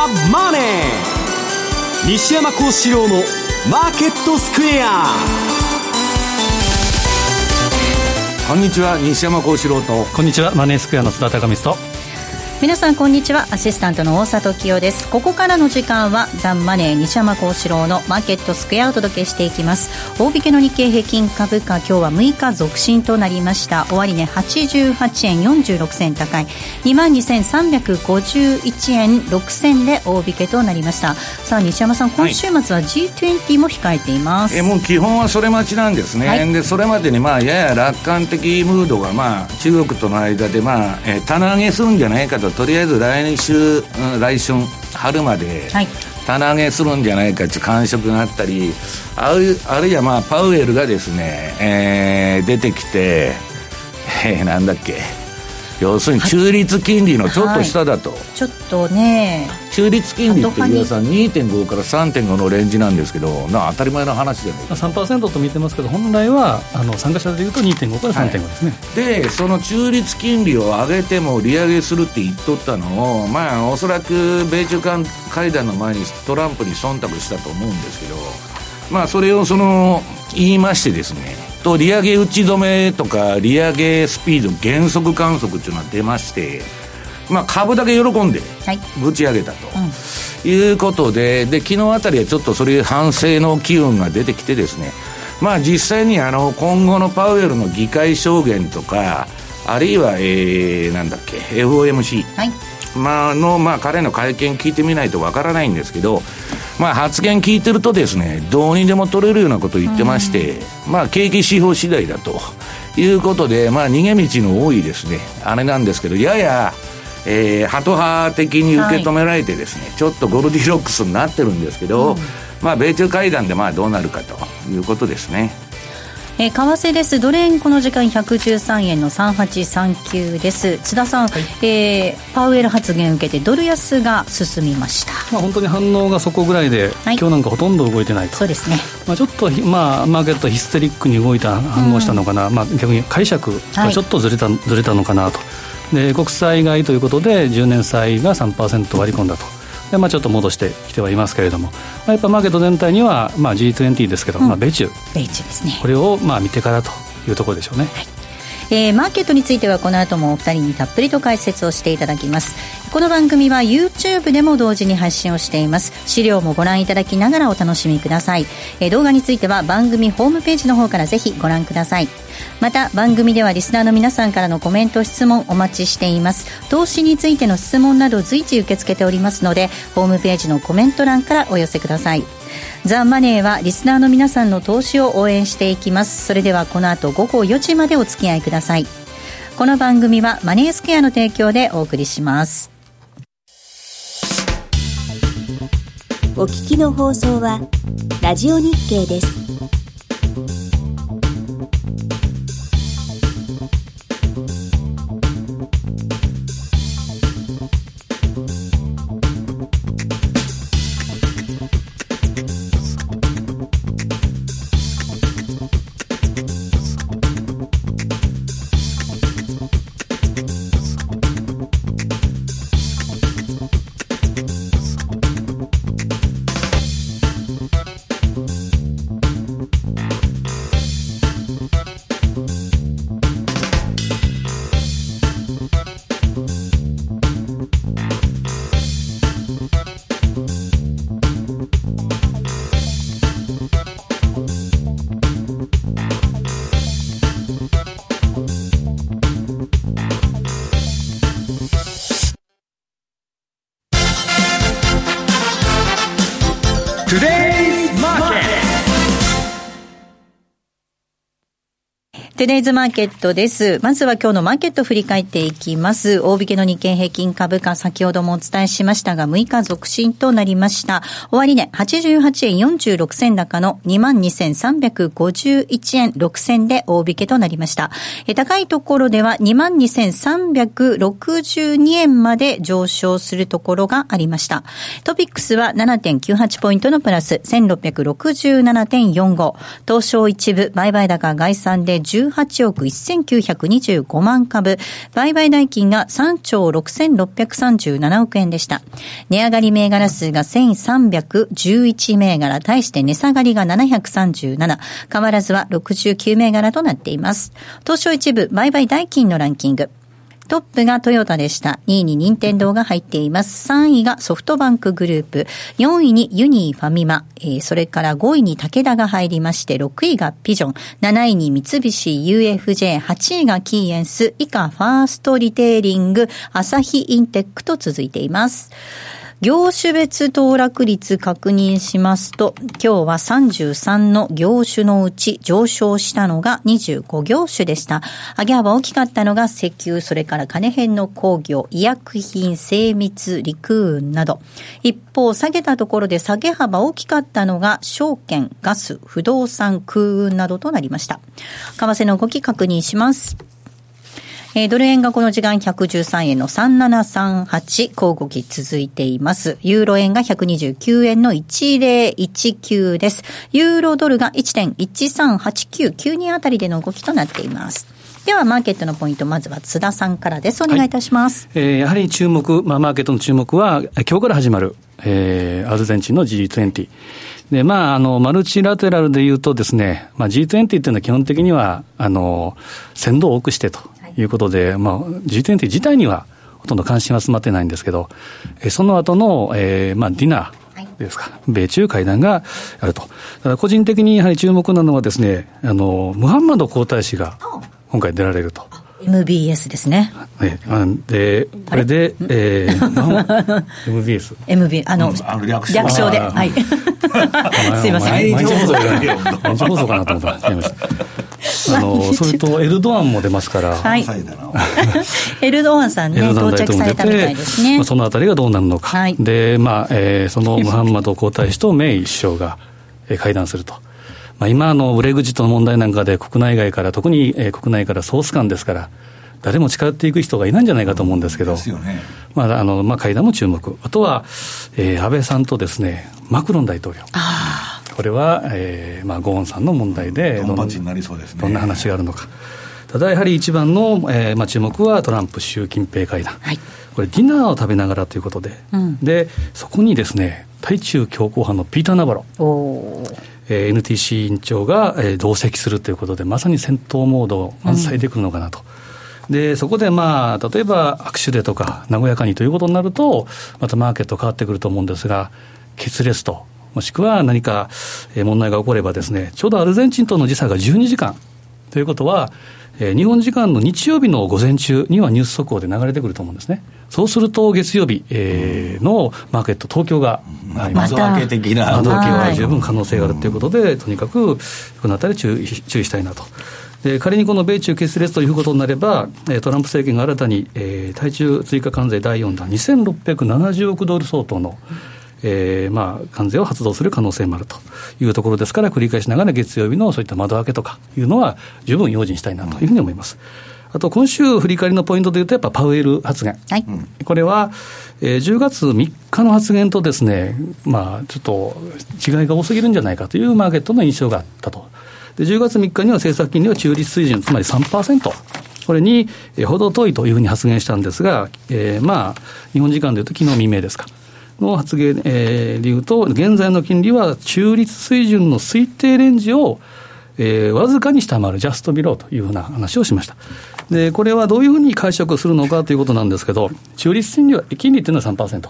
マネー。西山孝四郎のマーケットスクエア。 こんにちは、西山孝四郎と。 こんにちは、マネースクエアの津田隆光と。 皆さんこんにちは、アシスタントの大里清です。ここからの時間はザンマネー西山孝四郎のマーケットスクエアをお届けしていきます。大引けの日経平均株価、今日は6日続伸となりました。終値88円46銭高い 22,351 円6銭で大引けとなりました。さあ西山さん、今週末は G20 も控えています。 もう基本はそれ待ちなんですね、はい、でそれまでにやや楽観的ムードが中国との間で棚上げするんじゃないかと、とりあえず来春春まで棚上げするんじゃないかという感触があったり、あるいはパウエルがですね、出てきて、なんだっけ、要するに中立金利のちょっと下だと、 ちょっとね、 中立金利って皆さん 2.5 から 3.5 のレンジなんですけど、当たり前の話じゃないですか。 3% と見てますけど、本来は参加者でいうと 2.5 から 3.5 ですね、 はい、でその中立金利を上げても利上げするって言っとったのを、おそらく米中間会談の前にトランプに忖度したと思うんですけど、それを言いましてですね、と利上げ打ち止めとか利上げスピード減速観測っていうのは出まして、株だけ喜んでぶち上げたと、いうことで、昨日あたりはちょっとそれ反省の機運が出てきてですね、実際に今後のパウエルの議会証言とか、あるいは、なんだっけ FOMC、はい彼の会見聞いてみないとわからないんですけど、発言聞いてるとですね、どうにでも取れるようなことを言ってまして、景気指標次第だということで、逃げ道の多いですね、あれなんですけど、ややハト派的に受け止められてですね、ちょっとゴルディロックスになってるんですけど、米中会談でどうなるかということですね。 為替です。ドル円この時間113円の3839です。津田さん、はい、パウエル発言を受けてドル安が進みました。 本当に反応がそこぐらいで、はい、今日なんかほとんど動いてないと。 そうですね、 ちょっと、マーケットヒステリックに動いた反応したのかな、逆に解釈がちょっとずれたのかなと。で国債買いということで10年債が 3% 割り込んだと。でちょっと戻してきてはいますけれども、やっぱマーケット全体には、G20 ですけど、米中ですね、 これを見てからというところでしょうね。 はい、マーケットについてはこの後もお二人にたっぷりと解説をしていただきます。この番組は YouTube でも同時に発信をしています。資料もご覧いただきながらお楽しみください。動画については番組ホームページの方からぜひご覧ください。また番組ではリスナーの皆さんからのコメント質問お待ちしています。投資についての質問など随時受け付けておりますので、ホームページのコメント欄からお寄せください。ザ・マネーはリスナーの皆さんの投資を応援していきます。それではこの後午後4時までお付き合いください。この番組はマネースクエアの提供でお送りします。 お聞きの放送はラジオ日経です。 トゥデイズマーケットです。まずは今日のマーケット振り返っていきます。大引けの日経平均株価、先ほどもお伝えしましたが6日続伸となりました。終値88円46銭高の 22,351 円6銭で大引けとなりました。高いところでは 22,362 円まで上昇するところがありました。トピックスは 7.98 ポイントのプラス 1667.45。東証一部売買高概算で18 18億1925万株、売買代金が3兆6637億円でした。値上がり銘柄数が1311銘柄、対して値下がりが737、変わらずは69銘柄となっています。東証一部売買代金のランキング、トップがトヨタでした。2位に任天堂が入っています。3位がソフトバンクグループ、4位にユニーファミマ、それから5位に武田が入りまして、6位がピジョン、7位に三菱 UFJ、8位がキーエンス、以下ファーストリテイリング、アサヒインテックと続いています。業種別騰落率確認しますと、今日は33の業種のうち上昇したのが25業種でした。上げ幅大きかったのが石油、それから金編の工業、医薬品、精密、陸運など。一方、下げたところで下げ幅大きかったのが証券、ガス、不動産、空運などとなりました。為替の動き確認します。ドル円がこの時間113円の3738、小動き続いています。ユーロ円が129円の1019です。ユーロドルが 1.138992 あたりでの動きとなっています。ではマーケットのポイント、まずは津田さんからです。お願いいたします。 やはり注目、マーケットの注目は今日から始まる、アルゼンチンの G20 で、マルチラテラルで言うとですね、G20 っていうのは基本的には先導を多くしてということで、G20 自体にはほとんど関心は集まってないんですけど、その後の、ディナーですか、米中会談があると。ただ個人的にやはり注目なのはですね、ムハンマド皇太子が今回出られると。 MBS ですね。 で、これで、MBS。 略称で。はい。すいません。 毎日放送かなと思ったら、それとエルドアンも出ますから、 はい、エルドアンさんね、到着されたみたいですね。 そのあたりがどうなるのか、はい、で、そのムハンマド皇太子とメイ首相が会談すると。今ブレグジットの問題なんかで国内外から、特に国内からソース間ですから誰も近寄っていく人がいないんじゃないかと思うんですけど、ですよね。会談も注目。あとは、安倍さんとですね、マクロン大統領。これは、ゴーンさんの問題でドンパチになりそうですね。 どんな話があるのか。ただやはり一番の、注目はトランプ習近平会談、はい、これディナーを食べながらということで、でそこにですね、対中強硬派のピーター・ナバロ、NTC 委員長が、同席するということで、まさに戦闘モード満載でくるのかなと。でそこで例えば握手でとか和やかにということになると、またマーケット変わってくると思うんですが、決裂と、もしくは何か問題が起こればですね、ちょうどアルゼンチンとの時差が12時間ということは、日本時間の日曜日の午前中にはニュース速報で流れてくると思うんですね。そうすると月曜日、のマーケット、東京が窓開け的な窓開けは十分可能性があるということで、とにかくこのあたり注意したいなと。で仮にこの米中決裂ということになれば、トランプ政権が新たに、対中追加関税第4弾2670億ドル相当の、関税を発動する可能性もあるというところですから、繰り返しながら月曜日のそういった窓開けとかいうのは十分用心したいなというふうに思います。あと今週振り返りのポイントでいうと、やっぱパウエル発言、はい、これは、10月3日の発言とですね、ちょっと違いが多すぎるんじゃないかというマーケットの印象があったと。で10月3日には政策金利は中立水準、つまり 3%、これに程遠いというふうに発言したんですが、日本時間でいうと昨日未明ですかの発言、でいうと、現在の金利は中立水準の推定レンジを、わずかに下回るジャストビローというふうな話をしました。でこれはどういうふうに解釈するのかということなんですけど、中立金利というのは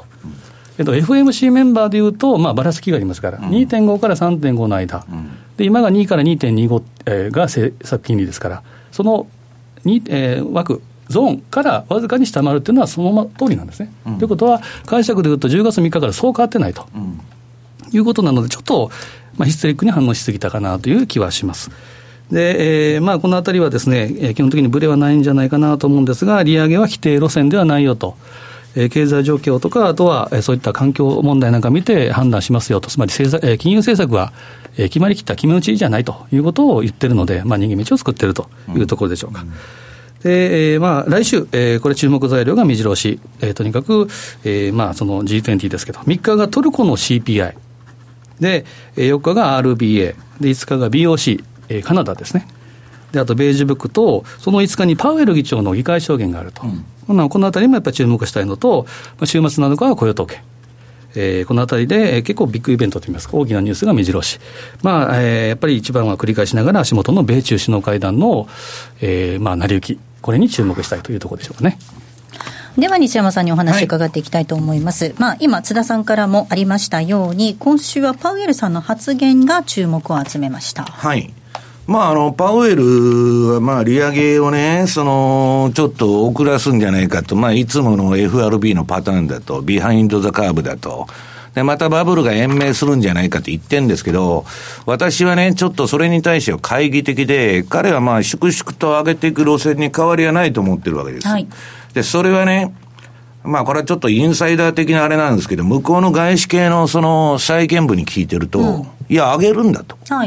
3%、FOMC メンバーでいうと、ばらつきがありますから、2.5 から 3.5 の間、で今が2から 2.25 が政策金利ですから、その枠ゾーンからわずかに下回るというのはその通りなんですね。ということは、解釈でいうと10月3日からそう変わってないと、いうことなので、ちょっと、ヒステリックに反応しすぎたかなという気はします。で、このあたりはですね、基本的にブレはないんじゃないかなと思うんですが、利上げは否定路線ではないよと。経済状況とか、あとはそういった環境問題なんか見て判断しますよと。つまり金融政策は決まりきった決め打ちじゃないということを言ってるので、逃げ道を作っているというところでしょうか。で来週、これ注目材料が目白押し、とにかく、その G20 ですけど、3日がトルコの CPI で、4日が RBA で、5日が BOC、カナダですね。 であと米ジブックと、その5日にパウエル議長の議会証言があると、このあたりもやっぱり注目したいのと、週末7日は雇用統計、このあたりで結構ビッグイベントといいますか、大きなニュースが目白押し、やっぱり一番は繰り返しながら、足元の米中首脳会談の、成り行き、これに注目したいというところでしょうかね。 では西山さんにお話伺っていきたいと思います、今津田さんからもありましたように、今週はパウエルさんの発言が注目を集めました。 はい、パウエルは利上げをね、ちょっと遅らすんじゃないかと、いつもの FRB のパターンだと、ビハインドザカーブだと、でまたバブルが延命するんじゃないかって言ってんですけど、私はねちょっとそれに対しては懐疑的で、彼は粛々と上げていく路線に変わりはないと思ってるわけです、はい、でそれはね、これはちょっとインサイダー的なあれなんですけど、向こうの外資系のその債券部に聞いてると、いや上げるんだと、はい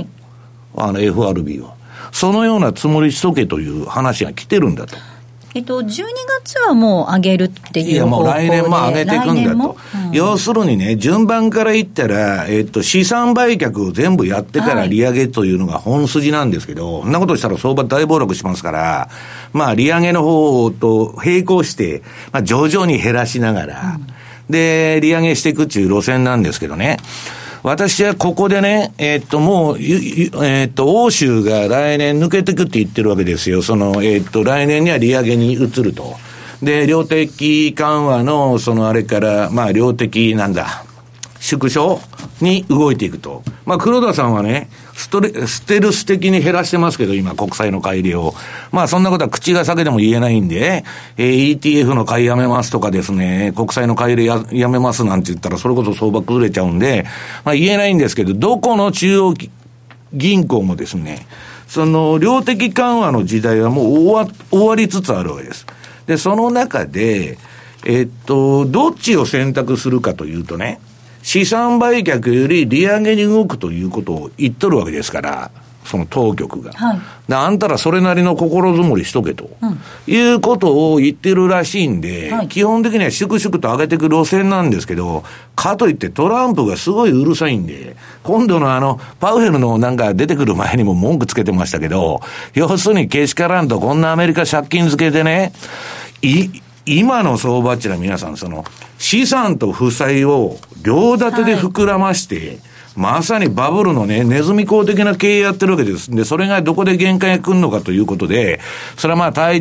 、FRB はそのようなつもりしとけという話が来てるんだと。 12月はもう上げるっていう方向で、 来年も上げていくんだと、要するにね、順番から言ったら、資産売却を全部やってから利上げというのが本筋なんですけど、そんなことしたら相場大暴落しますから、利上げの方と並行して、徐々に減らしながら、で利上げしていくっていう路線なんですけどね。私はここでね、もう、欧州が来年抜けてくって言ってるわけですよ。来年には利上げに移ると。で、量的緩和の、あれから、量的縮小に動いていくと。黒田さんはね、ステルス的に減らしてますけど、今、国債の買い入れを。そんなことは口が裂けても言えないんで、ETF の買いやめますとかですね、国債の買い入れやめますなんて言ったら、それこそ相場崩れちゃうんで、言えないんですけど、どこの中央銀行もですね、量的緩和の時代はもう終わりつつあるわけです。で、その中で、どっちを選択するかというとね、資産売却より利上げに動くということを言っとるわけですから、その当局が。はい、であんたらそれなりの心づもりしとけと、いうことを言ってるらしいんで、基本的には粛々と上げていく路線なんですけど、かといってトランプがすごいうるさいんで、今度のパウエルの出てくる前にも文句つけてましたけど、要するにけしからんと、こんなアメリカ借金付けでね、今の相場っていうのは皆さん資産と負債を両立てで膨らまして、まさにバブルのね、ネズミ講的な経営やってるわけです。で、それがどこで限界が来るのかということで、それは対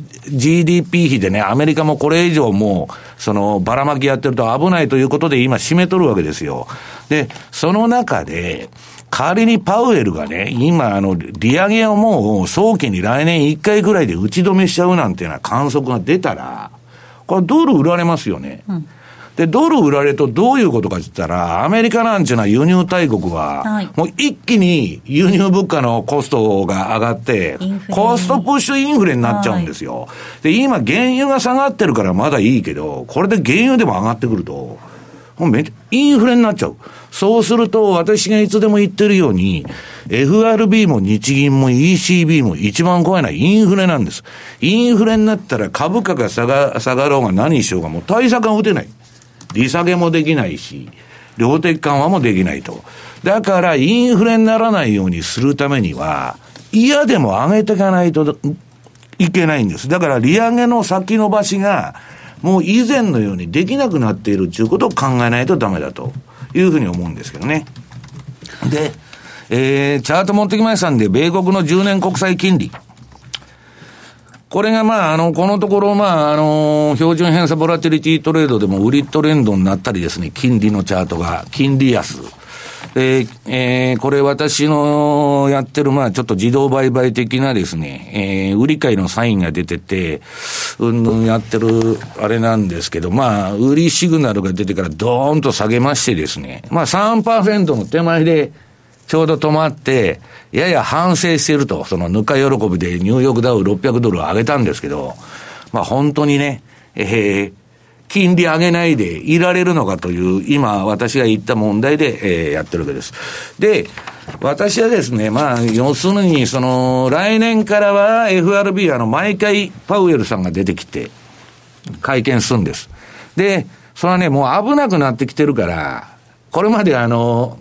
GDP 比でね、アメリカもこれ以上もう、ばらまきやってると危ないということで今締めとるわけですよ。で、その中で、仮にパウエルがね、今利上げをもう早期に来年1回ぐらいで打ち止めしちゃうなんていうような観測が出たら、これドル売られますよね。で、ドル売られるとどういうことかって言ったら、アメリカなんていうのは輸入大国は、もう一気に輸入物価のコストが上がって、コストプッシュインフレになっちゃうんですよ。で、今原油が下がってるからまだいいけど、これで原油でも上がってくると、インフレになっちゃう。そうすると、私がいつでも言ってるように、FRB も日銀も ECB も一番怖いのはインフレなんです。インフレになったら株価が下がろうが何しようがもう対策が打てない。利下げもできないし、量的緩和もできないと。だから、インフレにならないようにするためには、嫌でも上げていかないといけないんです。だから、利上げの先延ばしが、もう以前のようにできなくなっているということを考えないとダメだというふうに思うんですけどね。で、チャート持ってきましたんで、米国の10年国債金利。これがこのところ標準偏差ボラティリティトレードでも売りトレンドになったりですね、金利のチャートが、金利安。これ私のやってるちょっと自動売買的なですね、売り買いのサインが出てて、やってるあれなんですけど、売りシグナルが出てからドーンと下げましてですね、3% の手前でちょうど止まって、やや反省していると、ぬか喜びでニューヨークダウ600ドルを上げたんですけど、本当にね、金利上げないでいられるのかという、今私が言った問題で、やってるわけです。で、私はですね、要するに、来年からは FRB 毎回パウエルさんが出てきて、会見するんです。で、それはね、もう危なくなってきてるから、これまで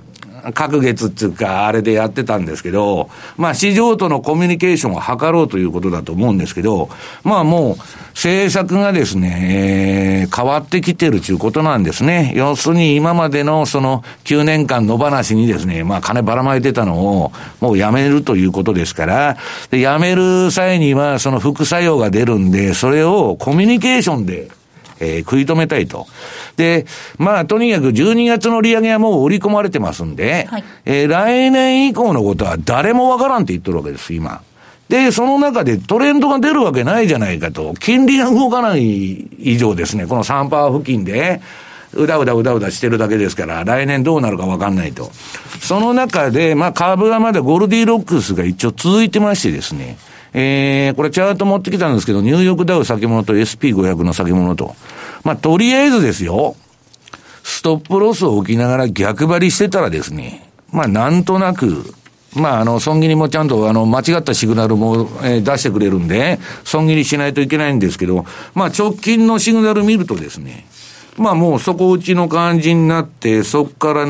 各月っていうか、あれでやってたんですけど、市場とのコミュニケーションを図ろうということだと思うんですけど、もう、政策がですね、変わってきてるということなんですね。要するに今までのその9年間野放しにですね、金ばらまいてたのをもうやめるということですから、で、やめる際にはその副作用が出るんで、それをコミュニケーションで、食い止めたいと。で、とにかく12月の利上げはもう織り込まれてますんで、はい、来年以降のことは誰もわからんって言ってるわけです、今。で、その中でトレンドが出るわけないじゃないかと。金利が動かない以上ですね、この 3% 付近で、うだうだしてるだけですから、来年どうなるかわかんないと。その中で、株はまだゴルディロックスが一応続いてましてですね、これチャート持ってきたんですけど、ニューヨークダウ先物と SP500 の先物と。とりあえずですよ、ストップロスを置きながら逆張りしてたらですね、なんとなく、損切りもちゃんと間違ったシグナルも、出してくれるんで、損切りしないといけないんですけど、直近のシグナル見るとですね、もう底打ちの感じになって、そっから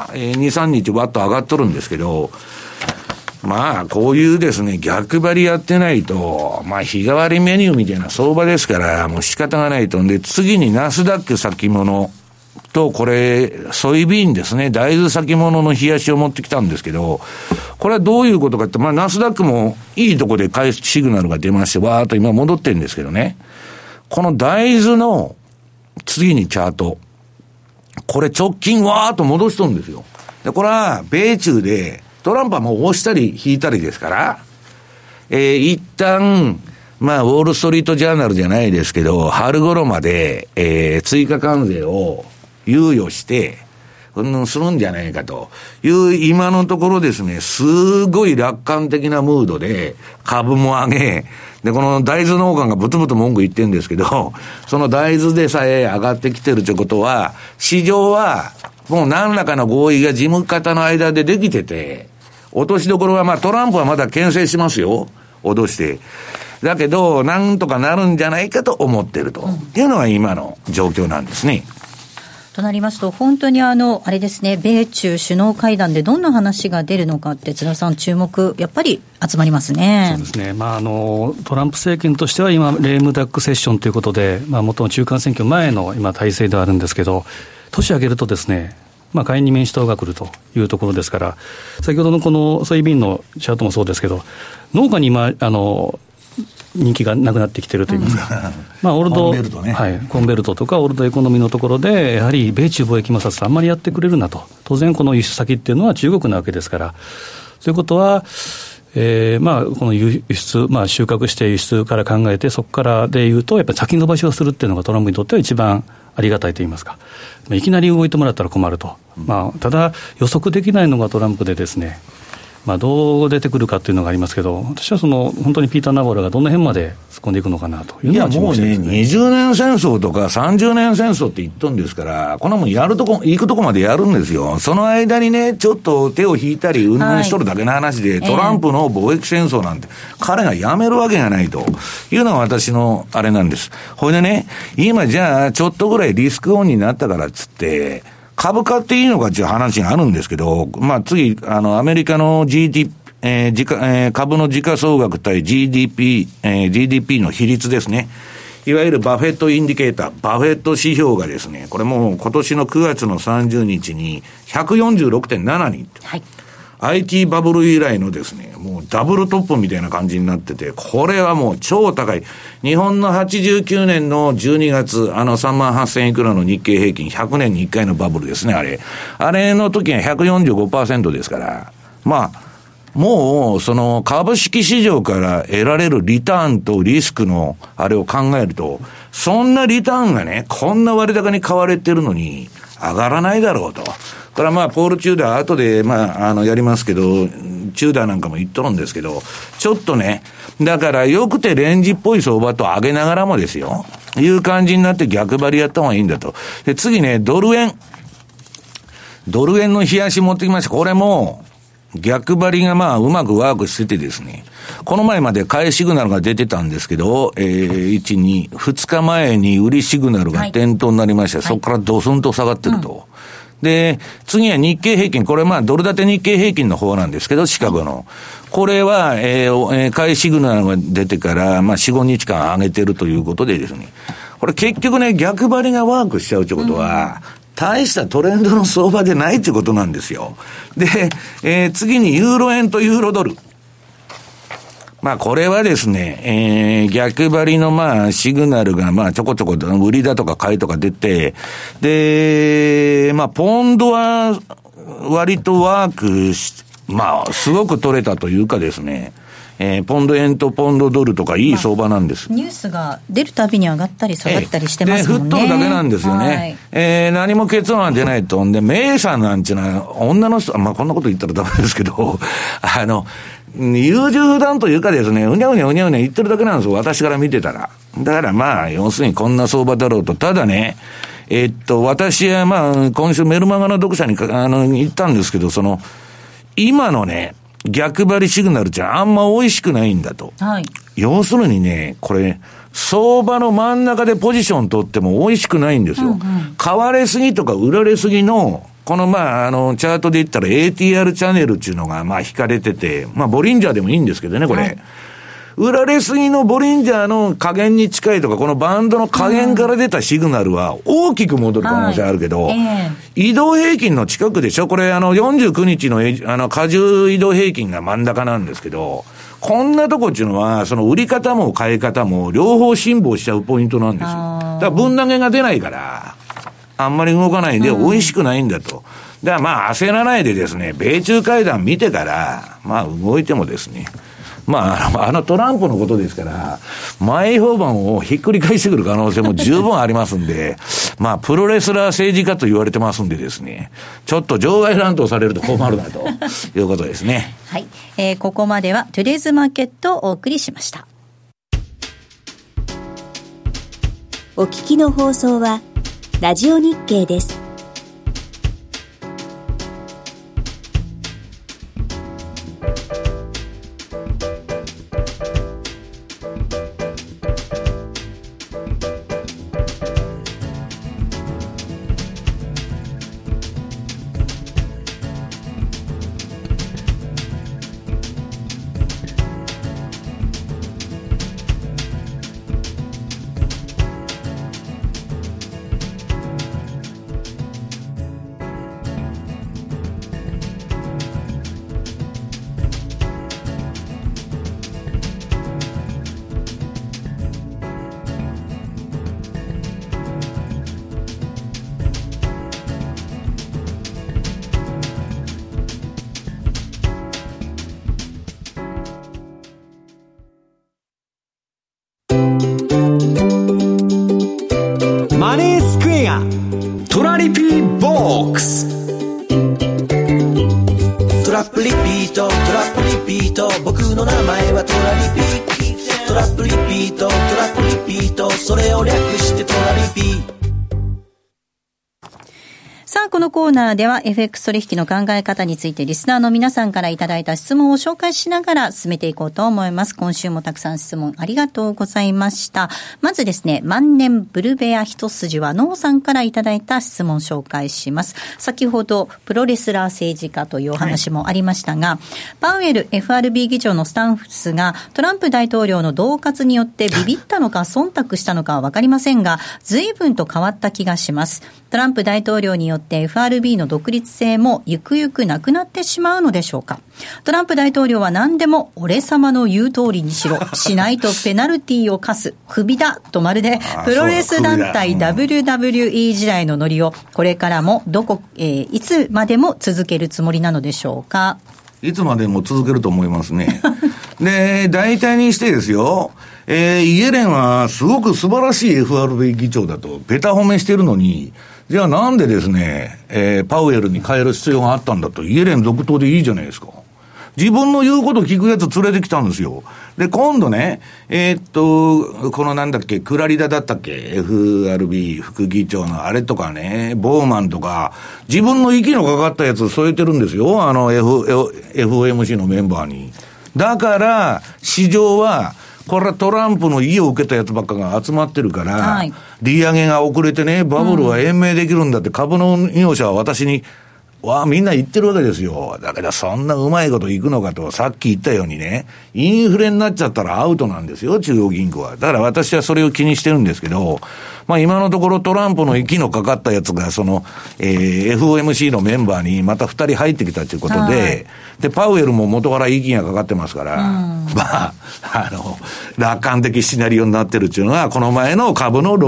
2、3日わっと上がっとるんですけど、こういうですね、逆張りやってないと、日替わりメニューみたいな相場ですから、もう仕方がないと。んで、次にナスダック先物と、これ、ソイビーンですね、大豆先物の冷やしを持ってきたんですけど、これはどういうことかって、ナスダックもいいとこで返すシグナルが出まして、わーっと今戻ってるんですけどね、この大豆の次にチャート、これ直近わーっと戻しとるんですよ。で、これは米中で、トランプはもう押したり引いたりですから、一旦、ウォールストリートジャーナルじゃないですけど、春頃まで、追加関税を猶予して、するんじゃないかという今のところですね、すごい楽観的なムードで株も上げ、で、この大豆農家がブツブツ文句言ってるんですけど、その大豆でさえ上がってきてるということは、市場はもう何らかの合意が事務方の間でできてて、落としどころはトランプはまだ牽制しますよ。脅して。だけど、なんとかなるんじゃないかと思ってるというのが今の状況なんですね。 となりますと、本当にあれですね、米中首脳会談でどんな話が出るのかって津田さん注目やっぱり集まりますね。 そうですね。トランプ政権としては今レームダックセッションということで、最も中間選挙前の今体制ではあるんですけど、年明けるとですね、下院に民主党が来るというところですから、先ほどのこのソイビーンのチャートもそうですけど、農家に今人気がなくなってきているといいますか、オールドコンベルトね、はい、コンベルトとかオールドエコノミーのところで、やはり米中貿易摩擦あんまりやってくれるなと、当然この輸出先っていうのは中国なわけですから、ということは、この輸出、収穫して輸出から考えて、そこからでいうと、やっぱり先延ばしをするっていうのがトランプにとっては一番ありがたいと言いますか、いきなり動いてもらったら困ると、ただ予測できないのがトランプでですね、どう出てくるかというのがありますけど、私は本当にピーター・ナボラがどの辺まで突っ込んでいくのかなというのは注目してますね。 20年戦争とか30年戦争って言っとんですから、こんなもん行くとこまでやるんですよ。その間にね、ちょっと手を引いたり運動しとるだけの話で、トランプの貿易戦争なんて彼がやめるわけがないというのが私のあれなんです。ほいでね、今じゃあちょっとぐらいリスクオンになったからっつって株買っていいのかっていう話があるんですけど、次、アメリカの 株の時価総額対 GDP の比率ですね。いわゆるバフェットインディケーター、バフェット指標がですね、これもう今年の9月の30日に 146.7 人。はい。IT バブル以来のですね、もうダブルトップみたいな感じになってて、これはもう超高い。日本の89年の12月、38,000いくらの日経平均、100年に1回のバブルですね、あれの時は 145% ですから、もうその株式市場から得られるリターンとリスクのあれを考えると、そんなリターンがね、こんな割高に買われてるのに上がらないだろうと。これはポール・チューダー後でやりますけど、チューダーなんかも言っとるんですけど、ちょっとね、だからよくてレンジっぽい相場と上げながらもですよ、いう感じになって逆張りやった方がいいんだと。で、次ね、ドル円の冷やし持ってきました。これも逆張りがうまくワークしててですね、この前まで買いシグナルが出てたんですけど、2日前に売りシグナルが点灯になりまして、そこからドスンと下がってると。 で、次は日経平均。これドル建て日経平均の方なんですけど、シカゴの。これは、買いシグナルが出てから、4、5日間上げてるということでですね。これ結局ね、逆張りがワークしちゃうということは、大したトレンドの相場でないということなんですよ。で、次にユーロ円とユーロドル。これはですね、逆張りのシグナルがちょこちょこ売りだとか買いとか出て、で、ポンドは割とワークし、すごく取れたというかですね、ポンド円とポンドドルとかいい相場なんです。 ニュースが出るたびに上がったり下がったりしてますもんね。 で、振っとるだけなんですよね。はい、何も結論は出ないと。で、メイさんなんていうのは、女の人、こんなこと言ったらダメですけど、優柔不断というかですね、うにゃうにゃうにゃうにゃ言ってるだけなんですよ、私から見てたら。だから要するにこんな相場だろうと。ただね、私は今週メルマガの読者に言ったんですけど、今のね、逆張りシグナルってあんま美味しくないんだと。はい。要するにね、これ、相場の真ん中でポジション取っても美味しくないんですよ。買われすぎとか売られすぎの、このチャートで言ったら ATR チャンネルっていうのが引かれてて、ボリンジャーでもいいんですけどね、これ。はい、売られすぎのボリンジャーの加減に近いとか、このバンドの加減から出たシグナルは大きく戻る可能性あるけど、移動平均の近くでしょ。これ49日の加重移動平均が真ん中なんですけど、こんなとこっていうのは、売り方も買い方も両方辛抱しちゃうポイントなんですよ。だから分投げが出ないから、あんまり動かないんで美味しくないんだと。だから焦らないでですね、米中会談見てから、動いてもですね、トランプのことですから、前評判をひっくり返してくる可能性も十分ありますんで、プロレスラー政治家と言われてますんでですね、ちょっと場外乱闘されると困るなということですね。 はい。ここまではトゥデイズマーケットをお送りしました。 お聞きの放送は、ラジオ日経です。 マネースクエアトラリピーボックス。 トラップリピートトラップリピート、僕の名前はトラリピ。トラップリピートトラップリピート、それを略してトラリピ。 さあ、このコーナーでは FX 取引の考え方についてリスナーの皆さんからいただいた質問を紹介しながら進めていこうと思います。今週もたくさん質問ありがとうございました。まずですね、万年ブルベア一筋はノーさんからいただいた質問を紹介します。先ほどプロレスラー政治家というお話もありましたが、パウエル FRB 議長のスタンスがトランプ大統領の恫喝によってビビったのか忖度したのかは分かりませんが、随分と変わった気がします。トランプ大統領によって FRB の独立性もゆくゆくなくなってしまうのでしょうか。トランプ大統領は何でも俺様の言う通りにしろ、しないとペナルティーを課す、クビだとまるでプロレス団体 WWE 時代のノリをこれからもいつまでも続けるつもりなのでしょうか。 いつまでも続けると思いますね。で、大体にしてですよ、イエレンはすごく素晴らしい FRB 議長だとベタ褒めしてるのに、じゃあなんでですね、パウエルに変える必要があったんだと。イエレン続投でいいじゃないですか。自分の言うこと聞くやつ連れてきたんですよ。で、今度ね、このなんだっけ、クラリダだったっけ、FRB 副議長のあれとかね、ボーマンとか、自分の息のかかったやつ添えてるんですよ。FOMC のメンバーに。だから、市場は、 これはトランプの意を受けたやつばっかが集まってるから、利上げが遅れてね、バブルは延命できるんだって株の運用者は私に、みんな言ってるわけですよ。だけどそんなうまいこといくのかと、さっき言ったようにね、インフレになっちゃったらアウトなんですよ、中央銀行は。だから私はそれを気にしてるんですけど、今のところトランプの息のかかったやつが、FOMC のメンバーにまた2人入ってきたということで、で、パウエルも元から息がかかってますから、楽観的シナリオになってるっていうのが、この前の株の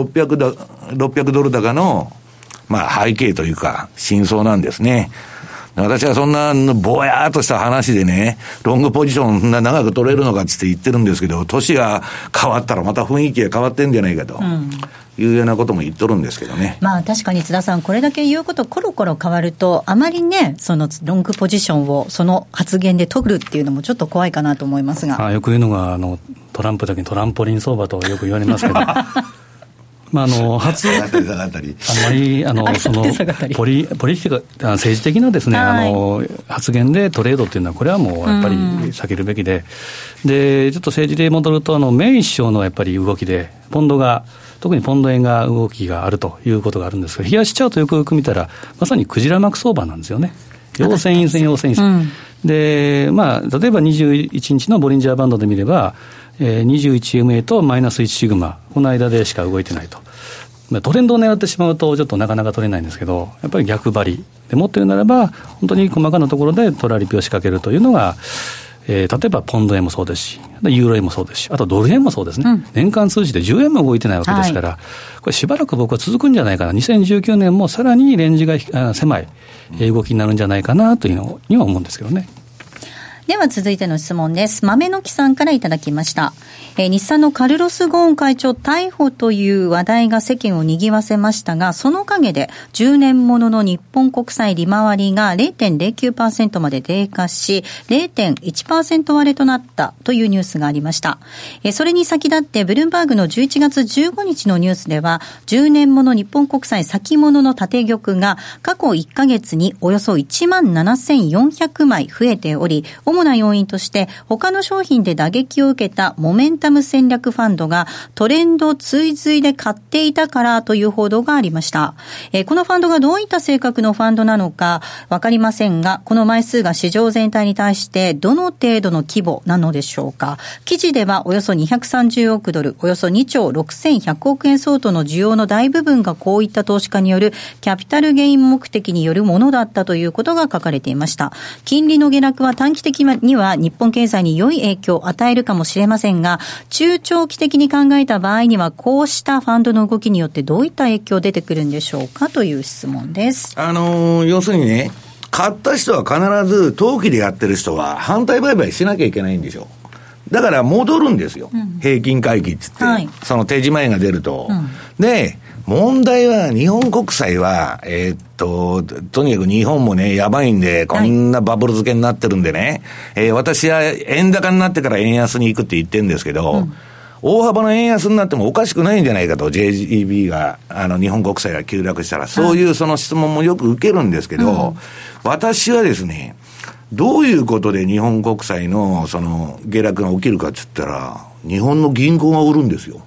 600ドル高の、背景というか、真相なんですね。私はそんな、ぼやーっとした話でね、ロングポジションそんな長く取れるのかって言ってるんですけど、年が変わったらまた雰囲気が変わってんじゃないかと。いうようなことも言っとるんですけどね。 確かに津田さん、これだけ言うことコロコロ変わると、あまりね、そのロングポジションをその発言で取るっていうのもちょっと怖いかなと思いますが。 よく言うのがトランプだけにトランポリン相場とよく言われますけどあんまりそのポリティカ政治的なですね、発言でトレードっていうのはこれはもうやっぱり避けるべきで、でちょっと政治で戻るとメイ首相のやっぱり動きで特にポンド円が動きがあるということがあるんですが、冷やしチャートよくよく見たらまさにクジラ幕相場なんですよね。陽線陰線陽線陰線、で例えば21日のボリンジャーバンドで見れば21MA とマイナス1シグマ、この間でしか動いてないと。トレンドを狙ってしまうとちょっとなかなか取れないんですけど、やっぱり逆張りで持っているならば本当に細かなところでトラリピを仕掛けるというのが、例えばポンド円もそうですし、ユーロ円もそうですし、あとドル円もそうですね、年間通じて10円も動いてないわけですから、これしばらく僕は続くんじゃないかな。2019年もさらにレンジが狭い動きになるんじゃないかなというのには思うんですけどね。 では続いての質問です。豆の木さんからいただきました。日産のカルロス・ゴーン会長逮捕という話題が世間を賑わせましたが、その陰で10年ものの日本国債利回りが 0.09% まで低下し 0.1% 割れとなったというニュースがありました。それに先立ってブルームバーグの11月15日のニュースでは、10年もの日本国債先物の縦玉が過去1ヶ月におよそ17,400枚増えており、主な要因として他の商品で打撃を受けたモメンタム戦略ファンドがトレンド追随で買っていたからという報道がありました。このファンドがどういった性格のファンドなのかわかりませんが、この枚数が市場全体に対してどの程度の規模なのでしょうか。記事ではおよそ230億ドル、およそ2兆6100億円相当の需要の大部分がこういった投資家によるキャピタルゲイン目的によるものだったということが書かれていました。金利の下落は短期的には日本経済に良い影響を与えるかもしれませんが、中長期的に考えた場合にはこうしたファンドの動きによってどういった影響出てくるんでしょうかという質問です。 要するにね、買った人は必ず当期でやってる人は反対売買しなきゃいけないんでしょ。だから戻るんですよ、平均回帰って言って、その手仕舞いが出ると、で問題は日本国債はとにかく日本もねやばいんで、こんなバブル漬けになってるんでね、私は円高になってから円安に行くって言ってるんですけど、大幅な円安になってもおかしくないんじゃないかと、 JGB が日本国債が急落したら、そういうその質問もよく受けるんですけど、私はですね、どういうことで日本国債のその下落が起きるかって言ったら、日本の銀行が売るんですよ。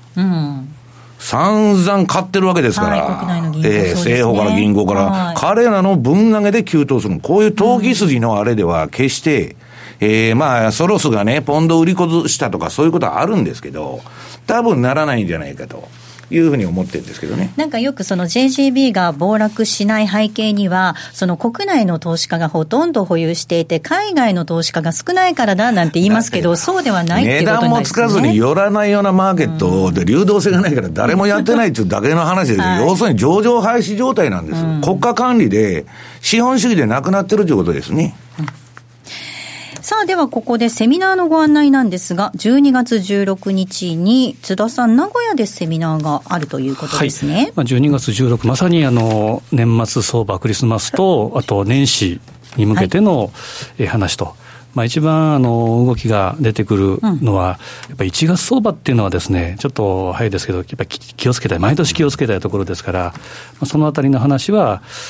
散々買ってるわけですから、 国内の銀行、そうですね、 西方から銀行から、彼らの分投げで急騰する。こういう投機筋のあれでは決して、ソロスがねポンド売り崩したとかそういうことはあるんですけど、多分ならないんじゃないかというふうに思ってるんですけどね。 なんかよくその JGB が暴落しない背景には、その国内の投資家がほとんど保有していて海外の投資家が少ないからだなんて言いますけど、そうではないっていうことになりますね。値段もつかずに寄らないようなマーケットで流動性がないから誰もやってないっていうだけの話ですよ、要するに上場廃止状態なんです、国家管理で資本主義でなくなってるということですね。 さあではここでセミナーのご案内なんですが、12月16日に津田さん名古屋でセミナーがあるということですね。 12月16、まさに年末相場クリスマスとあと年始に向けての話と、一番動きが出てくるのは、やっぱり1月相場っていうのはですね、ちょっと早いですけどやっぱり気をつけたい、毎年気をつけたいところですから、そのあたりの話は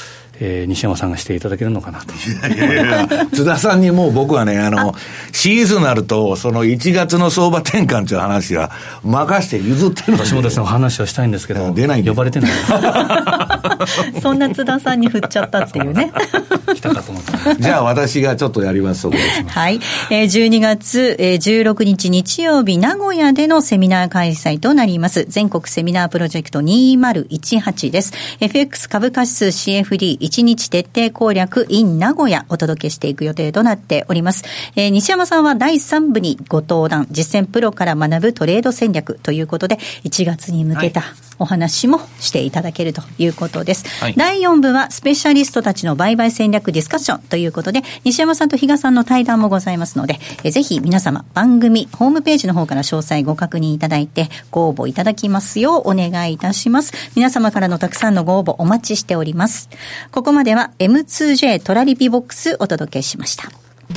西山さんがしていただけるのかなと。 いや津田さんにもう僕はね、シーズンになると、その1月の相場転換という話は任して譲ってるので。 私もですね、お話をしたいんですけど、 出ないんです。 呼ばれてない。 そんな津田さんに振っちゃったっていうね。 来たかと思った。 じゃあ私がちょっとやります。 はい。12月16日日曜日、名古屋でのセミナー開催となります。全国セミナープロジェクト2018です。FX 株価指数 CFD1 日徹底攻略 in 名古屋お届けしていく予定となっております。西山さんは第3部にご登壇、実践プロから学ぶトレード戦略ということで、1月に向けたお話もしていただけるということです。はい、第4部はスペシャリストたちの売買戦略ディスカッションということで、西山さんと比嘉さんの対談もございますので、ぜひ皆様番組ホームページの方から詳細ご確認いただいてご応募いただきますようお願いいたします。皆様からのたくさんのご応募お待ちしております。ここまでは M2J トラリピボックスお届けしました。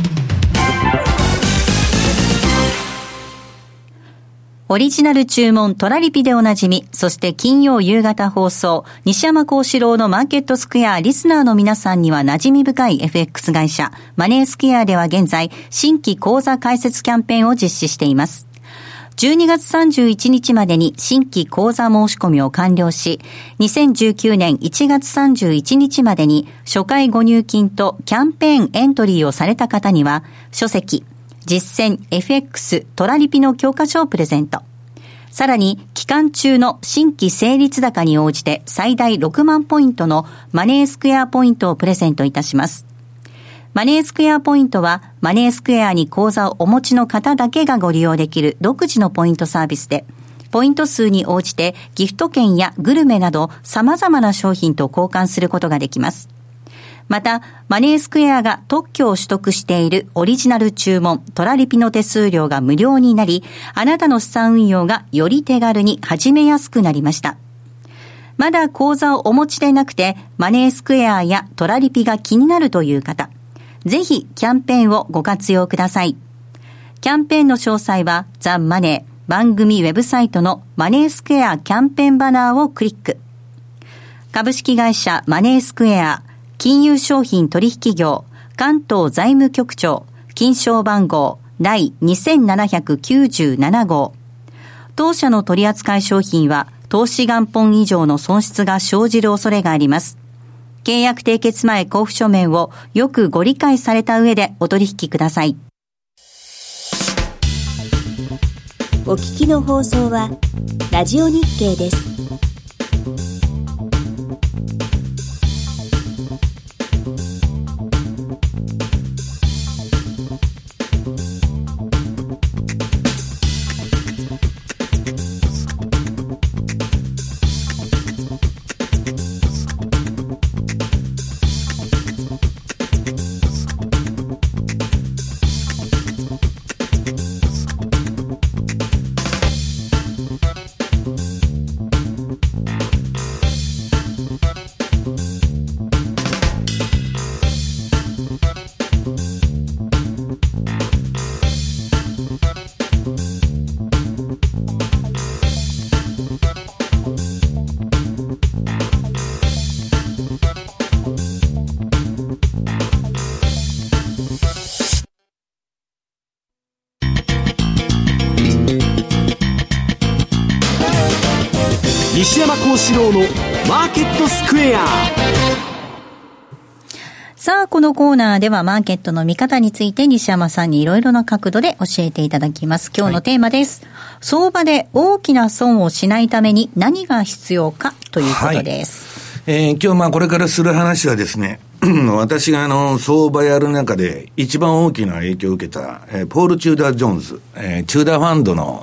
オリジナル注文トラリピでおなじみ、そして金曜夕方放送、西山幸四郎のマーケットスクエアリスナーの皆さんには馴染み深い FX 会社、マネースクエアでは現在、新規口座開設キャンペーンを実施しています。12月31日までに新規口座申し込みを完了し、2019年1月31日までに初回ご入金とキャンペーンエントリーをされた方には、書籍、実践 FX トラリピの教科書をプレゼント。さらに期間中の新規成立高に応じて最大6万ポイントのマネースクエアポイントをプレゼントいたします。マネースクエアポイントはマネースクエアに口座をお持ちの方だけがご利用できる独自のポイントサービスで、ポイント数に応じてギフト券やグルメなど様々な商品と交換することができます。また、マネースクエアが特許を取得しているオリジナル注文トラリピの手数料が無料になり、あなたの資産運用がより手軽に始めやすくなりました。まだ口座をお持ちでなくて、マネースクエアやトラリピが気になるという方、ぜひキャンペーンをご活用ください。キャンペーンの詳細はザ・マネー番組ウェブサイトのマネースクエアキャンペーンバナーをクリック。株式会社マネースクエア金融商品取引業関東財務局長金賞番号第2797号。当社の取扱い商品は投資元本以上の損失が生じる恐れがあります。契約締結前交付書面をよくご理解された上でお取引ください。 お聞きの放送はラジオ日経です。 西山幸四郎のマーケットスクエア。 さあ、このコーナーではマーケットの見方について西山さんにいろいろな角度で教えていただきます。今日のテーマです。相場で大きな損をしないために何が必要かということです。 今日これからする話はですね、私が相場やる中で一番大きな影響を受けた、ポール・チューダー・ジョーンズ、チューダーファンドの、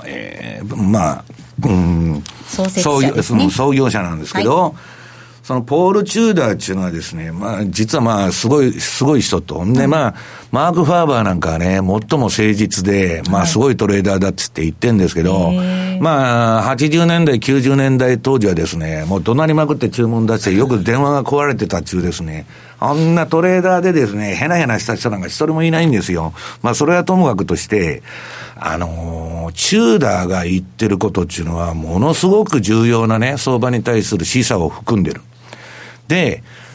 創業者なんですけど、はい、そのポール・チューダーっていうのはですね、実はすごい人と、でマーク・ファーバーなんかはね、最も誠実で、すごいトレーダーだっつって言ってるんですけど、80年代、90年代当時はですね、もう怒鳴りまくって注文出して、よく電話が壊れてた中ですね、あんなトレーダーでですね、ヘナヘナした人なんか一人もいないんですよ。それはともかくとして、チューダーが言ってることっていうのは、ものすごく重要なね、相場に対する示唆を含んでる。で、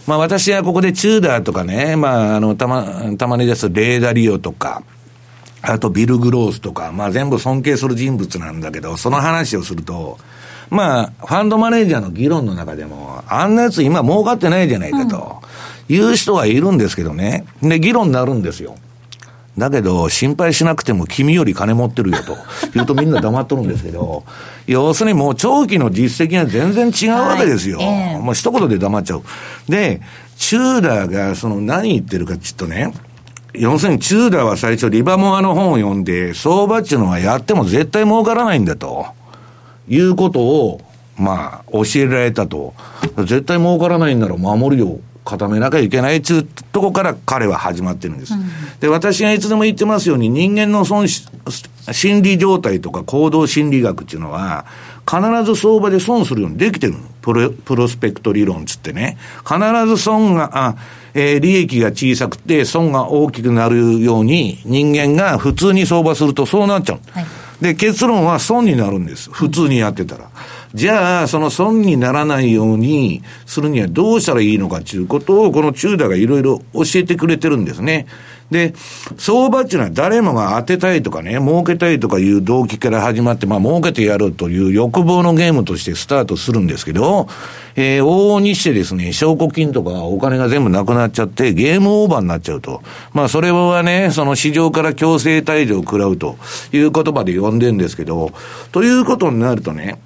私はここでチューダーとかね、たまにですレーダリオとか、あとビル・グロースとか、全部尊敬する人物なんだけど、その話をすると、ファンドマネージャーの議論の中でも、あんなやつ今儲かってないじゃないかと、いう人はいるんですけどね。で、議論になるんですよ。だけど、心配しなくても君より金持ってるよと言うとみんな黙っとるんですけど、要するにもう長期の実績が全然違うわけですよ。もう一言で黙っちゃう。で、チューダーが何言ってるかちょっとね、要するにチューダーは最初リバモアの本を読んで、相場っていうのはやっても絶対儲からないんだということを教えられたと。絶対儲からないんなら守りを固めなきゃいけないっていうところから彼は始まってるんです、で、私がいつでも言ってますように、人間の心理状態とか行動心理学っていうのは必ず相場で損するようにできてるの。プロスペクト理論つってね、必ず損が利益が小さくて損が大きくなるように人間が普通に相場するとそうなっちゃう、で、結論は損になるんです。普通にやってたら。じゃあ、その損にならないようにするにはどうしたらいいのかということを、このチューダーがいろいろ教えてくれてるんですね。で、相場っていうのは誰もが当てたいとかね、儲けたいとかいう動機から始まって、儲けてやるという欲望のゲームとしてスタートするんですけど、往々にしてですね、証拠金とかお金が全部なくなっちゃって、ゲームオーバーになっちゃうと。それはね、その市場から強制退場を食らうという言葉で呼んでるんですけど、ということになるとね、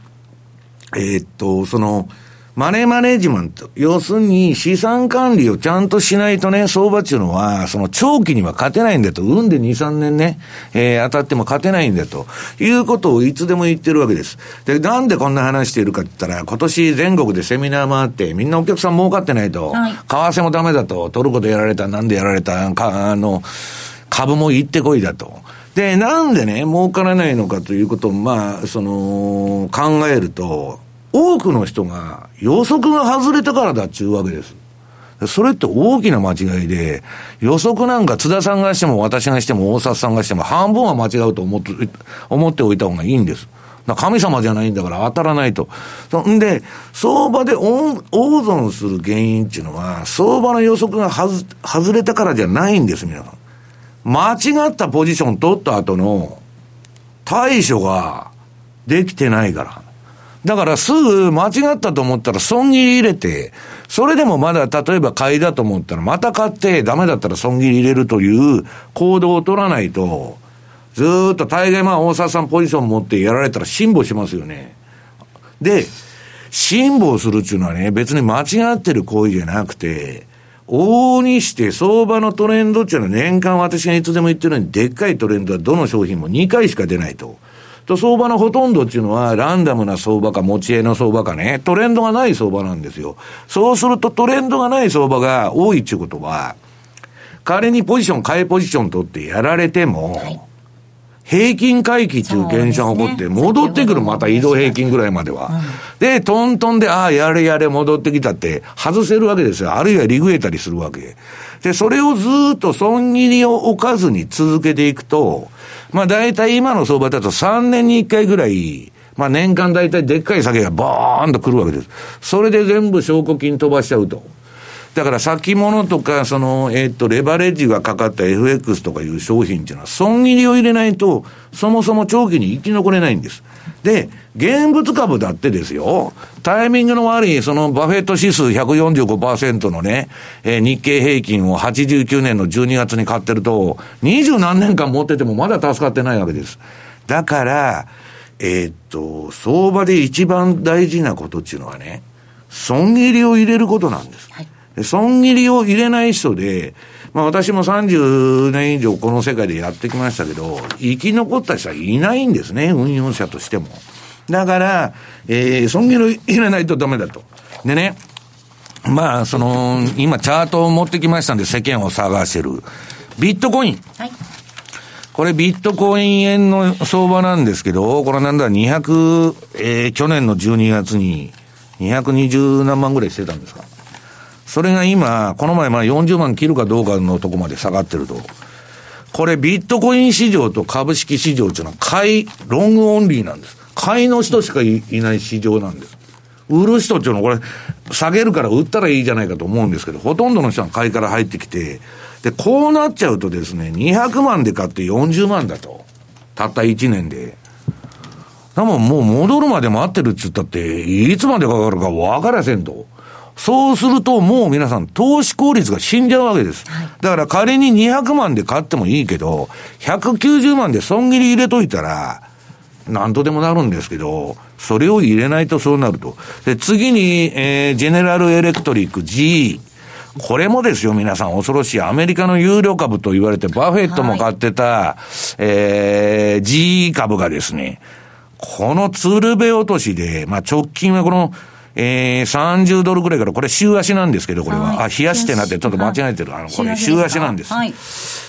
マネージメント。要するに資産管理をちゃんとしないとね、相場っていうのは、長期には勝てないんだと。運で2、3年ね、当たっても勝てないんだと。いうことをいつでも言ってるわけです。で、なんでこんな話しているかって言ったら、今年全国でセミナーもあって、みんなお客さん儲かってないと、為替もダメだと、トルコでやられた、なんでやられた、株も行ってこいだと。で、なんでね、儲からないのかということを、考えると、多くの人が予測が外れたからだっちゅうわけです。それって大きな間違いで、予測なんか津田さんがしても私がしても大札さんがしても半分は間違うと思っておいた方がいいんです。神様じゃないんだから当たらないと。んで、相場で大損する原因っていうのは、相場の予測が外れたからじゃないんです、皆さん。間違ったポジション取った後の対処ができてないから。だからすぐ間違ったと思ったら損切り入れて、それでもまだ例えば買いだと思ったらまた買ってダメだったら損切り入れるという行動を取らないと、ずーっと大概大沢さんポジション持ってやられたら辛抱しますよね。で、辛抱するっていうのはね、別に間違ってる行為じゃなくて、往々にして相場のトレンドっていうのは年間私がいつでも言ってるようにでっかいトレンドはどの商品も2回しか出ないと。相場のほとんどっていうのはランダムな相場か持ち家の相場かね、トレンドがない相場なんですよ。そうするとトレンドがない相場が多いっていうことは、仮に買いポジション取ってやられても、平均回帰っていう現象が起こって戻ってくる、また移動平均ぐらいまでは。で、トントンで、やれ戻ってきたって外せるわけですよ。あるいはリグえたりするわけ。で、それをずーっと損切りを置かずに続けていくと、だいたい今の相場だと3年に1回ぐらい、年間だいたいでっかい下げがバーンと来るわけです。それで全部証拠金飛ばしちゃうと。だから先物とか、レバレッジがかかった FX とかいう商品っていうのは、損切りを入れないと、そもそも長期に生き残れないんです。で、現物株だってですよ、タイミングの悪い、バフェット指数 145% のね、日経平均を89年の12月に買ってると、20何年間持っててもまだ助かってないわけです。だから、相場で一番大事なことっていうのはね、損切りを入れることなんです。損切りを入れない人で、私も30年以上この世界でやってきましたけど、生き残った人はいないんですね、運用者としても。だから、損切りを入れないとダメだと。でね、今チャートを持ってきましたんで世間を探してる。ビットコイン。これビットコイン円の相場なんですけど、これ去年の12月に220何万ぐらいしてたんですか。それが今、この前40万切るかどうかのとこまで下がってると。これビットコイン市場と株式市場っていうのはロングオンリーなんです。買いの人しかいない市場なんです。 売る人っていうのはこれ、下げるから売ったらいいじゃないかと思うんですけど、ほとんどの人が買いから入ってきて、で、こうなっちゃうとですね、200万で買って40万だと。たった1年で。でももう戻るまで待ってるって言ったって、いつまでかかるか分からせんと。そうするともう皆さん投資効率が死んじゃうわけです。はい、だから仮に200万で買ってもいいけど、190万で損切り入れといたら、なんとでもなるんですけど、それを入れないとそうなると。で、次に、ジェネラルエレクトリック GE。これもですよ、皆さん恐ろしい。アメリカの有料株と言われて、バフェットも買ってた、GE 株がですね、この鶴瓶落としで、まあ、直近はこの、30ドルぐらいから、これ週足なんですけど、これは。はい、冷やしてなってちょっと間違えてる。これ週足なんです。はい、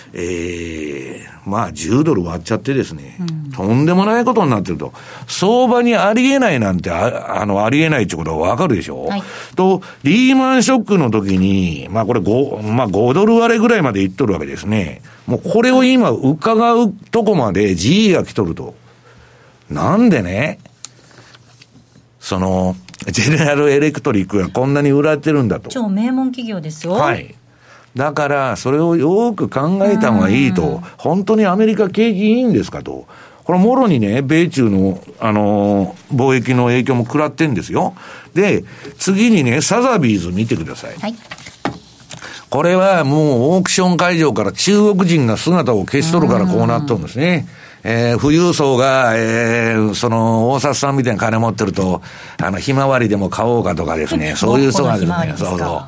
まあ10ドル割っちゃってですね、とんでもないことになってると。相場にありえないなんて、ありえないってことはわかるでしょ、はい、と、リーマンショックの時に、まあこれ5ドル割れぐらいまでいっとるわけですね。もうこれを今伺うとこまで GE が来とると。なんでね、ジェネラルエレクトリックがこんなに売られてるんだと。 超名門企業ですよ。 はい。だから、それをよく考えた方がいいと。本当にアメリカ景気いいんですかと。これ、もろにね、米中の、貿易の影響も食らってんですよ。で、次にね、サザビーズ見てください。はい。これはもうオークション会場から中国人が姿を消し取るからこうなっとるんですね。富裕層が、大札さんみたいな金持ってると、ひまわりでも買おうかとかですね、そういう人がですね、そうそう。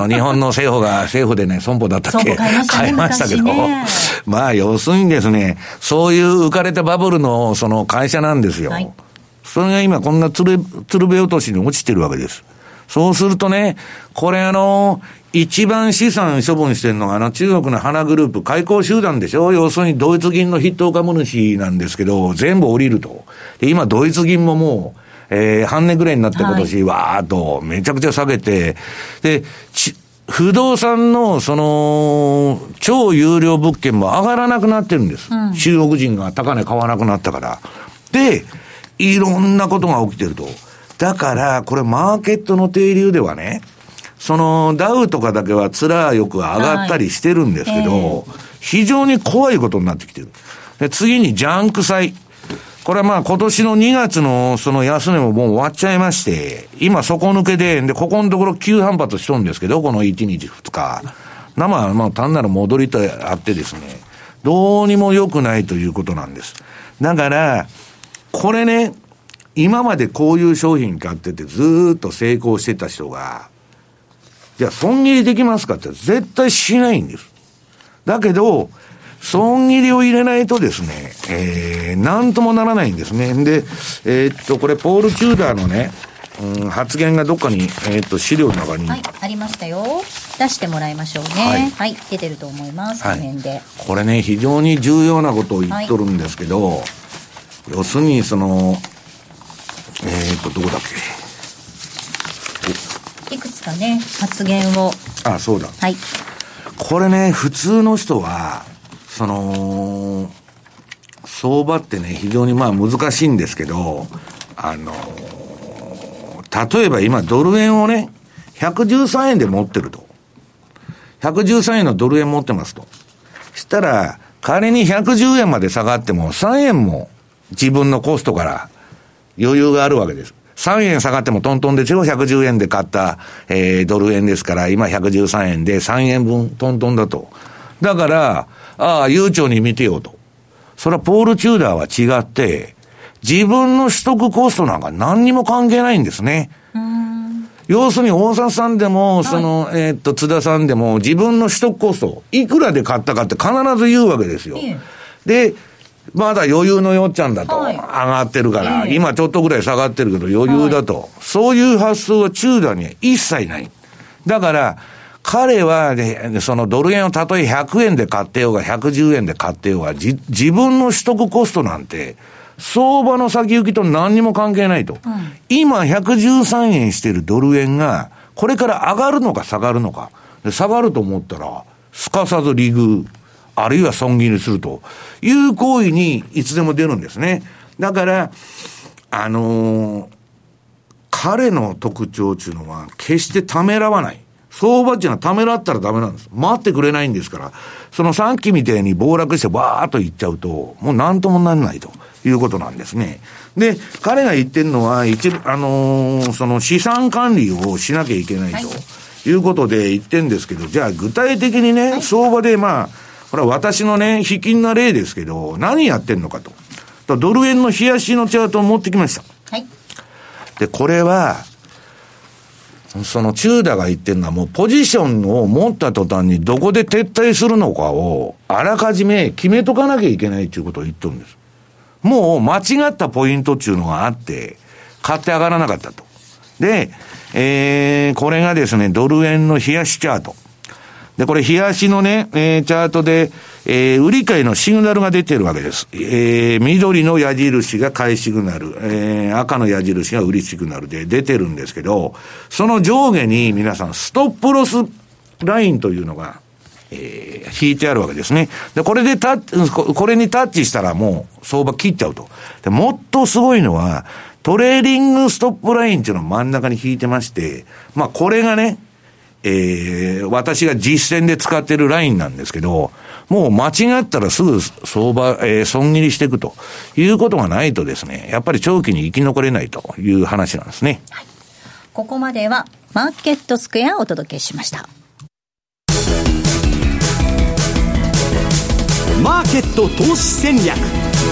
日本の政府でね、損保だったっけ買いましたけど、まあ、要するにですね、そういう浮かれたバブルの、会社なんですよ。はい、それが今こんな鶴瓶落としに落ちてるわけです。そうするとね、これ一番資産処分してるのが中国の花グループ、開口集団でしょ。要するにドイツ銀の筆頭株主なんですけど、全部降りると。で、今ドイツ銀ももう、半値ぐらいになって今年、わーっとめちゃくちゃ下げて、で、不動産の超有料物件も上がらなくなってるんです。中国人が高値買わなくなったから。で、いろんなことが起きてると。だから、これマーケットの低流ではね、ダウとかだけは面よく上がったりしてるんですけど、非常に怖いことになってきてる。で、次にジャンク債。これはまあ今年の2月の安値ももう終わっちゃいまして、今底抜けで、ここのところ急反発しとるんですけど、この1日2日。まあ単なる戻りとあってですね、どうにも良くないということなんです。だから、これね、今までこういう商品買っててずーっと成功してた人が、じゃあ損切りできますかって絶対しないんです。だけど、損切りを入れないとですね、なんともならないんですね。で、これポール・チューダーのね、発言がどっかに、資料の中に。 はい、ありましたよ。出してもらいましょうね。はい、はい、出てると思います。 はい、 画面で。 これね、非常に重要なことを言っとるんですけど、はい、要するにどこだっけ。 いくつかね、発言を。 あ、そうだ。 はい。 これね、普通の人は、相場ってね、非常にまあ難しいんですけど、例えば今ドル円をね、113円で持ってると。113円のドル円持ってますと。したら、仮に110円まで下がっても3円も自分のコストから余裕があるわけです。3円下がってもトントンですよ。110円で買った、ドル円ですから、今113円で3円分トントンだと。だから、悠長に見てよと。それはポール・チューダーは違って、自分の取得コストなんか何にも関係ないんですね。要するに大沢さんでも、津田さんでも自分の取得コスト、いくらで買ったかって必ず言うわけですよ。で、まだ余裕のよっちゃんだと、上がってるから、今ちょっとぐらい下がってるけど余裕だと、そういう発想はチューダーには一切ない。だから、彼はね、ドル円をたとえ100円で買ってようが110円で買ってようが、自分の取得コストなんて、相場の先行きと何にも関係ないと。今113円してるドル円が、これから上がるのか下がるのか。で下がると思ったら、すかさず利食う。あるいは損切りするという行為にいつでも出るんですね。だから、為彼の特徴っていうのは決してためらわない。相場っていうのはためらったらダメなんです。待ってくれないんですから、そのさっきみたいに暴落してバーっといっちゃうと、もうなんともなんないということなんですね。で、彼が言ってるのは、その資産管理をしなきゃいけないということで言ってるんですけど、じゃあ具体的にね、相場でまあ、これは私のね、卑近な例ですけど、何やってんのかと。ドル円の冷やしのチャートを持ってきました。 はい。 で、これは、そのチューダが言ってるのはもうポジションを持った途端にどこで撤退するのかをあらかじめ決めとかなきゃいけないということを言ってるんです。もう間違ったポイントっていうのがあって買って上がらなかったと。で、これがですね、ドル円の冷やしチャート。で、これ冷やしのね、チャートで、売り買いのシグナルが出てるわけです。緑の矢印が買いシグナル、赤の矢印が売りシグナルで出てるんですけど、その上下に皆さんストップロスラインというのが、引いてあるわけですね。で、これにタッチしたらもう相場切っちゃうと。で、もっとすごいのは、トレーディングストップラインっていうのを真ん中に引いてまして、まあこれがね、私が実践で使ってるラインなんですけど、もう間違ったらすぐ相場、損切りしていくということがないとですね、やっぱり長期に生き残れないという話なんですね。はい、 ここまではマーケットスクエアをお届けしました。 マーケット投資戦略。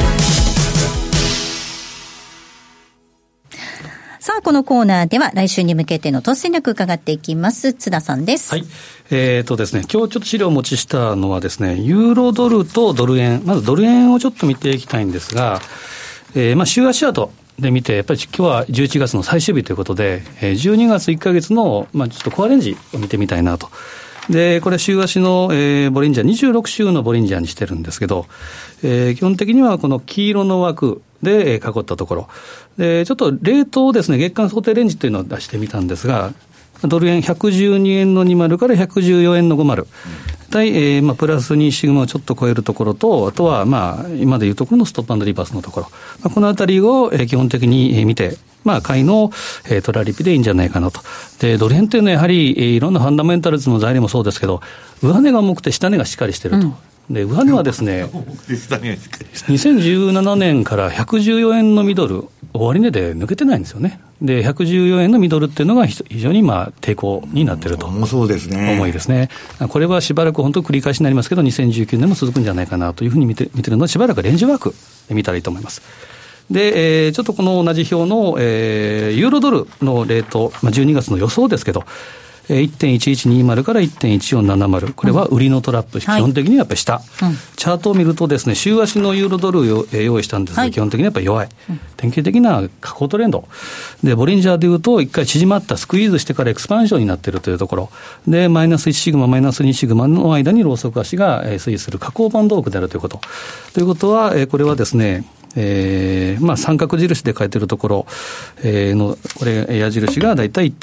さあ、このコーナーでは来週に向けての投資戦略伺っていきます。津田さんです。 はい。ですね、今日ちょっと資料をお持ちしたのはですね、ユーロドルとドル円。まずドル円をちょっと見ていきたいんですが、週足跡で見て、やっぱり今日は11月の最終日ということで、12月1ヶ月の、ちょっとコアレンジを見てみたいなと。で、これ週足の、ボリンジャー、26週のボリンジャーにしてるんですけど、基本的にはこの黄色の枠で囲ったところ。で、ちょっとレートをですね、月間想定レンジというのを出してみたんですが、ドル円112円の20から114円の50。対、プラス2シグマをちょっと超えるところと、あとは、今でいうところのストップ&リバースのところ。このあたりを、基本的に見て、買いの、トラリピでいいんじゃないかなと。で、ドル円というのはやはり、いろんなファンダメンタルズの材料もそうですけど、上値が重くて下値がしっかりしてると。で、上値はですね、2017年から114円のミドル、終値で抜けてないんですよね。で、114円のミドルっていうのが非常に抵抗になっていると。 そうですね。 重いですね。これはしばらく本当に繰り返しになりますけど、2019年も続くんじゃないかなというふうに見てるので、しばらくレンジワークで見たらいいと思います。で、ちょっとこの同じ表の、ユーロドルのレート、12月の予想ですけど、1.1120 から 1.1470、これは売りのトラップ、基本的にはやっぱり下、チャートを見るとですね、週足のユーロドルを用意したんですが、基本的にやっぱり弱い、典型的な下降トレンドで、ボリンジャーでいうと、一回縮まったスクイーズしてからエクスパンションになっているというところで、マイナス1シグマ、マイナス2シグマの間にローソク足が推移する下降バンドオークであるということ。ということは、これはですね、三角印で書いてるところ、の、これ、矢印がだいたい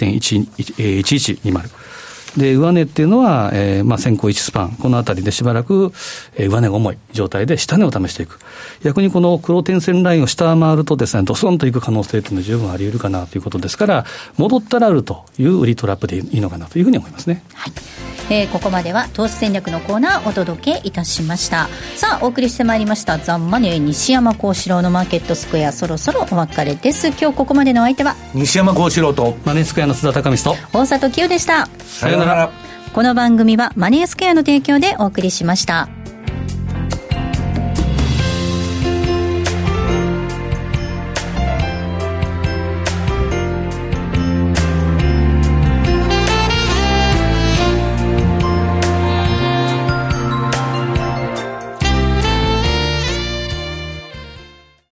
1.1120。で、上値っていうのは、先行1スパン。このあたりでしばらく、上値が重い状態で下値を試していく。逆にこの黒点線ラインを下回るとですね、ドスンといく可能性っていうのは十分あり得るかなということですから、戻ったらあるという売りトラップでいいのかなというふうに思いますね。 はい。ここまでは投資戦略のコーナーをお届けいたしました。さあ、お送りしてまいりましたザンマネー西山幸四郎のマーケットスクエア、そろそろお別れです。今日ここまでの相手は西山幸四郎とマネースクエアの須田貴光と大里清でした。 さようなら。 この番組はマネースクエアの提供でお送りしました。